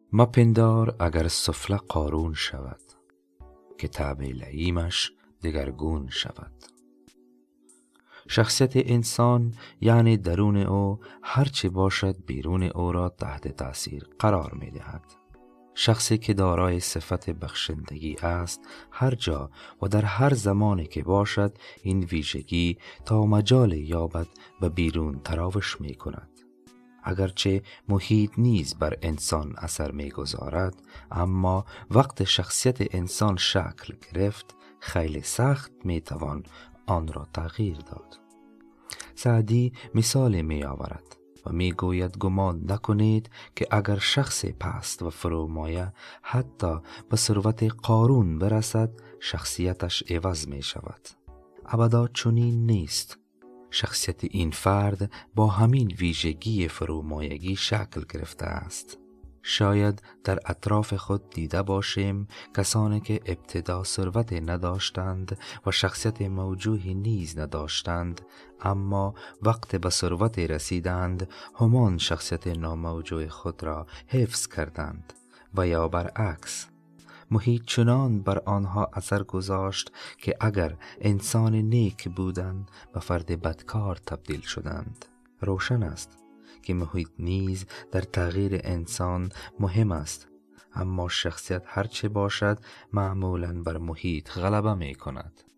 مپندار اگر سفله قارون شود، که طبع لییمش دگرگون شود. شخصیت انسان یعنی درون او هرچه باشد بیرون او را تحت تأثیر قرار می دهد. شخصی که دارای صفت بخشندگی است، هر جا و در هر زمانی که باشد این ویژگی تا مجال یابد و بیرون تراوش می کند. اگرچه محیط نیز بر انسان اثر می گذارد، اما وقت شخصیت انسان شکل گرفت خیلی سخت می توان آن را تغییر داد. سعدی مثال می آورد و می گوید گمان نکنید که اگر شخص پست و فرومایه حتی به ثروت قارون برسد شخصیتش عوض می شود. ابدا چنین نیست. شخصیت این فرد با همین ویژگی فرومایگی شکل گرفته است. شاید در اطراف خود دیده باشیم کسانی که ابتدا ثروت نداشتند و شخصیت موجوهی نیز نداشتند، اما وقت به ثروت رسیدند همان شخصیت ناموجود خود را حفظ کردند و یا برعکس. محیط چنان بر آنها اثر گذاشت که اگر انسان نیک بودند به فرد بدکار تبدیل شدند. روشن است که محیط نیز در تغییر انسان مهم است، اما شخصیت هرچه باشد معمولاً بر محیط غلبه می کند.